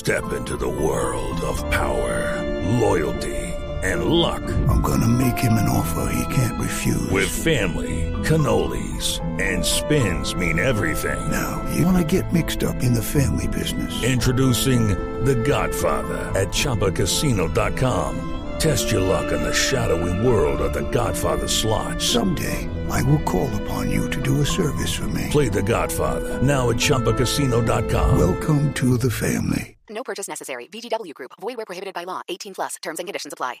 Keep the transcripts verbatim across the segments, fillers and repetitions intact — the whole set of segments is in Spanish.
Step into the world of power, loyalty, and luck. I'm gonna make him an offer he can't refuse. With family, cannolis, and spins mean everything. Now, you wanna get mixed up in the family business. Introducing The Godfather at Chumba Casino dot com. Test your luck in the shadowy world of The Godfather slot. Someday, I will call upon you to do a service for me. Play The Godfather now at Chumba Casino dot com. Welcome to the family. No purchase necessary. V G W Group. Void where prohibited by law. eighteen plus. Terms and conditions apply.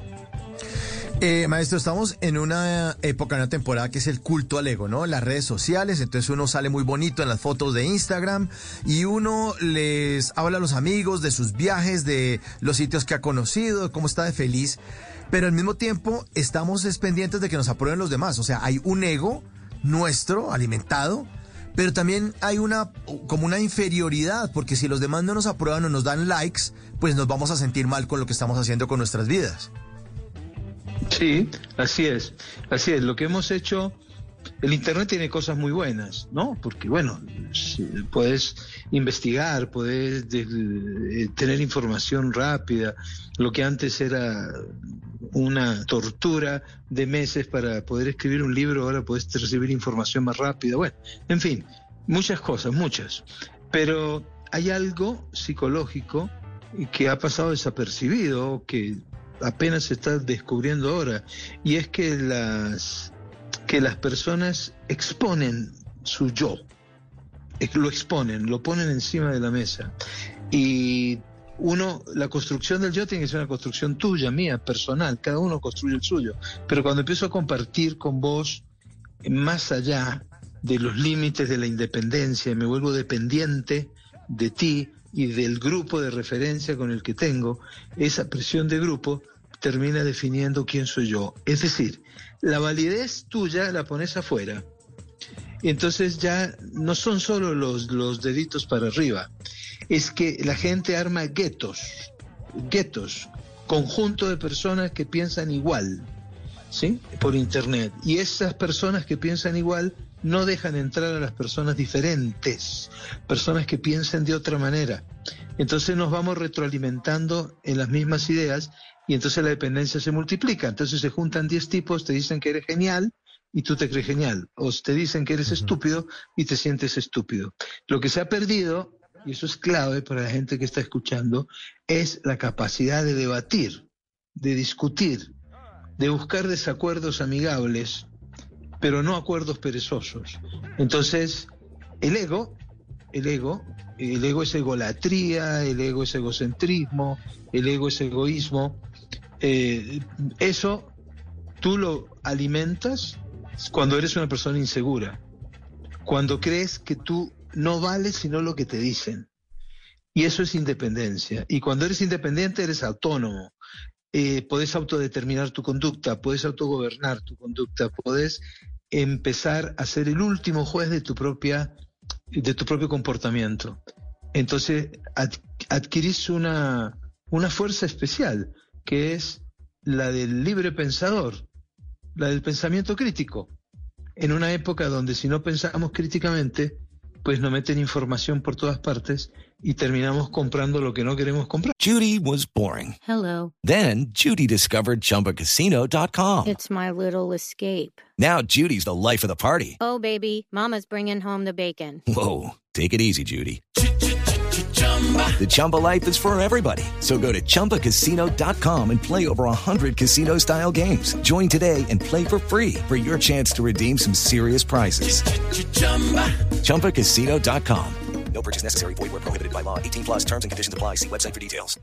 Eh, maestro, estamos en una época, en una temporada que es el culto al ego, ¿no? Las redes sociales, entonces uno sale muy bonito en las fotos de Instagram y uno les habla a los amigos de sus viajes, de los sitios que ha conocido, de cómo está de feliz, pero al mismo tiempo estamos es pendientes de que nos aprueben los demás, o sea, hay un ego nuestro alimentado, pero también hay una como una inferioridad, porque si los demás no nos aprueban o nos dan likes, pues nos vamos a sentir mal con lo que estamos haciendo con nuestras vidas. Sí, así es, así es. Lo que hemos hecho, el Internet tiene cosas muy buenas, ¿no? Porque, bueno, puedes investigar, puedes de, tener información rápida. Lo que antes era una tortura de meses para poder escribir un libro, ahora puedes recibir información más rápida. Bueno, en fin, muchas cosas, muchas. Pero hay algo psicológico que ha pasado desapercibido, que apenas se está descubriendo ahora, y es que las que las personas exponen su yo, lo exponen, lo ponen encima de la mesa, y uno, la construcción del yo tiene que ser una construcción tuya, mía, personal, cada uno construye el suyo, pero cuando empiezo a compartir con vos más allá de los límites de la independencia, me vuelvo dependiente de ti y del grupo de referencia con el que tengo, esa presión de grupo termina definiendo quién soy yo. Es decir, la validez tuya la pones afuera. Entonces ya no son solo los, los deditos para arriba, es que la gente arma guetos, guetos, conjunto de personas que piensan igual, ¿sí? Por internet. Y esas personas que piensan igual no dejan entrar a las personas diferentes, personas que piensen de otra manera. Entonces nos vamos retroalimentando en las mismas ideas y entonces la dependencia se multiplica. Entonces se juntan diez tipos, te dicen que eres genial y tú te crees genial. O te dicen que eres estúpido y te sientes estúpido. Lo que se ha perdido, y eso es clave para la gente que está escuchando, es la capacidad de debatir, de discutir, de buscar desacuerdos amigables, pero no acuerdos perezosos. Entonces, el ego, el ego, el ego es egolatría, el ego es egocentrismo, el ego es egoísmo. Eh, eso tú lo alimentas cuando eres una persona insegura, cuando crees que tú no vales sino lo que te dicen. Y eso es independencia. Y cuando eres independiente eres autónomo. Eh, podés autodeterminar tu conducta, podés autogobernar tu conducta, podés empezar a ser el último juez de tu propia, de tu propio comportamiento. Entonces ad, adquirís una, una fuerza especial, que es la del libre pensador, la del pensamiento crítico. En una época donde si no pensamos críticamente, pues nos meten información por todas partes y terminamos comprando lo que no queremos comprar. Judy was boring. Hello. Then Judy discovered Chumba Casino dot com. It's my little escape. Now Judy's the life of the party. Oh, baby, mama's bringing home the bacon. Whoa, take it easy, Judy. The Chumba life is for everybody. So go to Chumba Casino dot com and play over one hundred casino-style games. Join today and play for free for your chance to redeem some serious prizes. Chumba Casino dot com. No purchase necessary. Void where prohibited by law. eighteen plus terms and conditions apply. See website for details.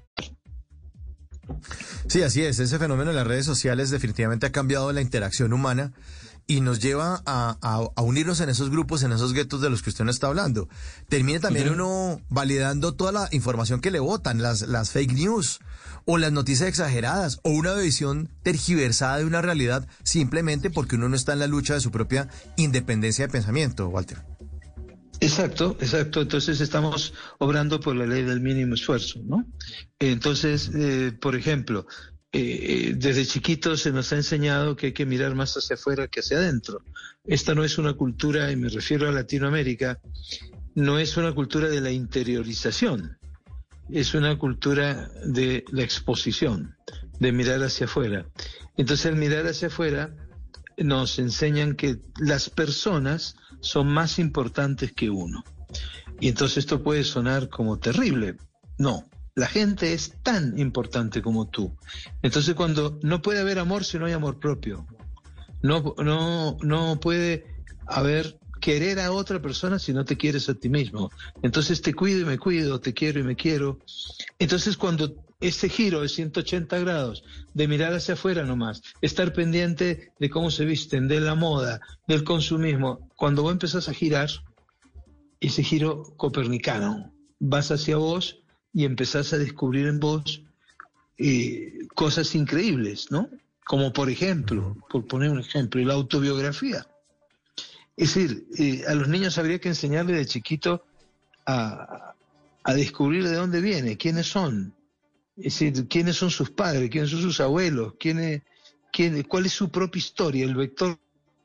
Sí, así es. Ese fenómeno de las redes sociales definitivamente ha cambiado la interacción humana y nos lleva a, a, a unirnos en esos grupos, en esos guetos de los que usted nos está hablando. Termina también uh-huh. uno validando toda la información que le botan, las, las fake news o las noticias exageradas o una visión tergiversada de una realidad simplemente porque uno no está en la lucha de su propia independencia de pensamiento, Walter. Exacto, exacto. Entonces estamos obrando por la ley del mínimo esfuerzo, ¿no? Entonces, eh, por ejemplo, eh, desde chiquitos se nos ha enseñado que hay que mirar más hacia afuera que hacia adentro. Esta no es una cultura, y me refiero a Latinoamérica, no es una cultura de la interiorización. es una cultura de la exposición, de mirar hacia afuera. Entonces, al mirar hacia afuera, nos enseñan que las personas son más importantes que uno. Y entonces esto puede sonar como terrible. No, la gente es tan importante como tú. Entonces, cuando no puede haber amor si no hay amor propio. No, no, no puede haber querer a otra persona si no te quieres a ti mismo. Entonces te cuido y me cuido, te quiero y me quiero. Entonces, cuando ese giro de ciento ochenta grados, de mirar hacia afuera nomás, estar pendiente de cómo se visten, de la moda, del consumismo, cuando vos empezás a girar, ese giro copernicano, vas hacia vos y empezás a descubrir en vos eh, cosas increíbles, ¿no? Como por ejemplo, por poner un ejemplo, la autobiografía. Es decir, eh, a los niños habría que enseñarles de chiquito a, a descubrir de dónde viene, quiénes son, es decir, quiénes son sus padres, quiénes son sus abuelos, quién es, quién, cuál es su propia historia, el vector,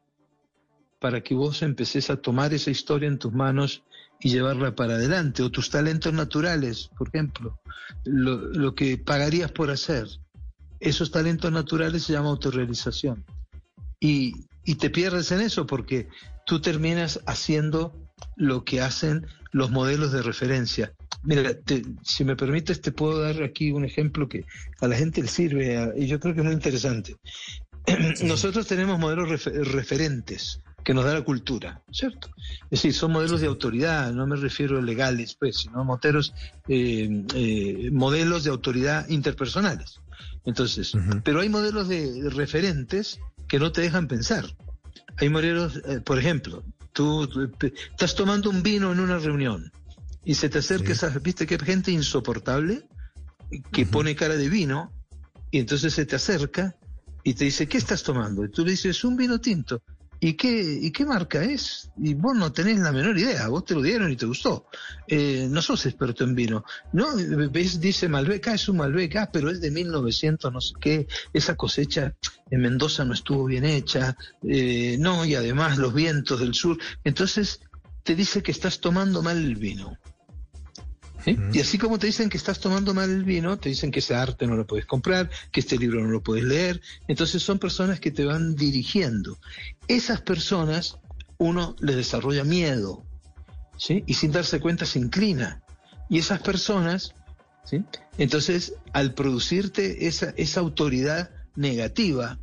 para que vos empecés a tomar esa historia en tus manos y llevarla para adelante, o tus talentos naturales, por ejemplo, lo, lo que pagarías por hacer. Esos talentos naturales se llama autorrealización. Y, y te pierdes en eso porque tú terminas haciendo lo que hacen los modelos de referencia. Mira, te, si me permites, te puedo dar aquí un ejemplo que a la gente le sirve a, y yo creo que es muy interesante. Sí. Nosotros tenemos modelos refer- referentes que nos da la cultura, ¿cierto? Es decir, son modelos de autoridad, no me refiero a legales, pues, sino modelos, eh, eh, modelos de autoridad interpersonales. Entonces, uh-huh. Pero hay modelos de, de referentes que no te dejan pensar. Hay modelos, eh, por ejemplo, tú, tú estás tomando un vino en una reunión y se te acerca, sí. esa, viste que hay gente insoportable que uh-huh. pone cara de vino y entonces se te acerca y te dice, ¿qué estás tomando? Y tú le dices, un vino tinto. ¿Y qué, ¿Y qué marca es? Y vos no tenés la menor idea, vos te lo dieron y te gustó. Eh, no sos experto en vino. No, ves, dice Malbec, ah, es un Malbec, ah, pero es de mil novecientos, no sé qué, esa cosecha en Mendoza no estuvo bien hecha, eh, no, y además los vientos del sur. Entonces te dice que estás tomando mal el vino. ¿Sí? Uh-huh. Y así como te dicen que estás tomando mal el vino, te dicen que ese arte no lo puedes comprar, que este libro no lo puedes leer. Entonces son personas que te van dirigiendo. Esas personas, uno les desarrolla miedo, ¿sí? Y sin darse cuenta se inclina. Y esas personas, ¿sí? Entonces, al producirte esa, esa autoridad negativa,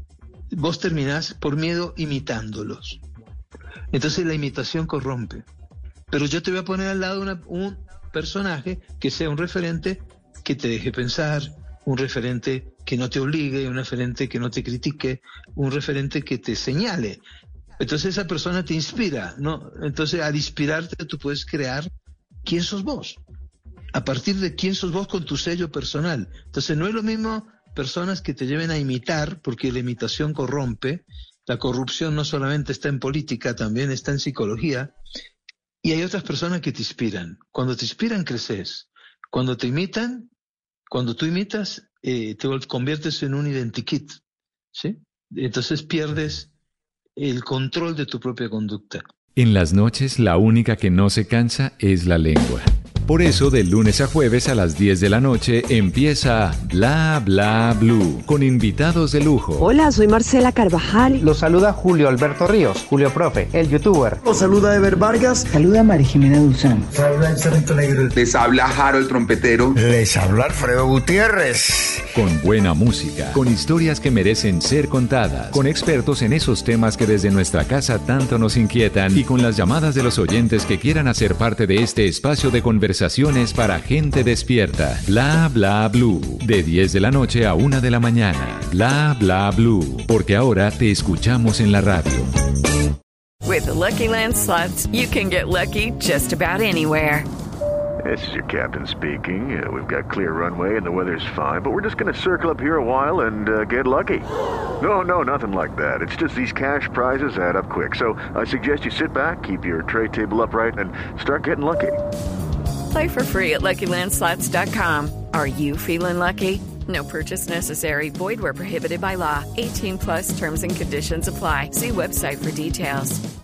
vos terminás por miedo imitándolos. Entonces la imitación corrompe. Pero yo te voy a poner al lado una, un personaje que sea un referente que te deje pensar, un referente que no te obligue, un referente que no te critique, un referente que te señale. Entonces esa persona te inspira, ¿no? Entonces al inspirarte tú puedes crear quién sos vos, a partir de quién sos vos con tu sello personal. Entonces no es lo mismo personas que te lleven a imitar, porque la imitación corrompe. La corrupción no solamente está en política, también está en psicología. Y hay otras personas que te inspiran. Cuando te inspiran, creces. Cuando te imitan, cuando tú imitas, eh, te conviertes en un identikit, ¿sí? Entonces pierdes el control de tu propia conducta. En las noches, la única que no se cansa es la lengua. Por eso, de lunes a jueves a las diez de la noche empieza Bla Bla Blue, con invitados de lujo. Hola, soy Marcela Carvajal. Los saluda Julio Alberto Ríos, Julio Profe, el youtuber. Los saluda Ever Vargas. Saluda María Jimena Duzán. Saluda el Cerrito Negro. Les habla Jaro el trompetero. Les habla Alfredo Gutiérrez. Con buena música, con historias que merecen ser contadas, con expertos en esos temas que desde nuestra casa tanto nos inquietan y con las llamadas de los oyentes que quieran hacer parte de este espacio de conversación para gente despierta. Bla Bla Blue, de diez de la noche a una de la mañana. Bla Bla Blue, porque ahora te escuchamos en la radio. With the Lucky Land Slots, you can get lucky just about anywhere. This is your captain speaking. Uh, we've got clear runway and the weather's fine, but we're just going to circle up here a while and uh, get lucky. No, no, nothing like that. It's just these cash prizes add up quick. So I suggest you sit back, keep your tray table upright, and start getting lucky. Play for free at Lucky Land Slots dot com. Are you feeling lucky? No purchase necessary. Void where prohibited by law. eighteen plus terms and conditions apply. See website for details.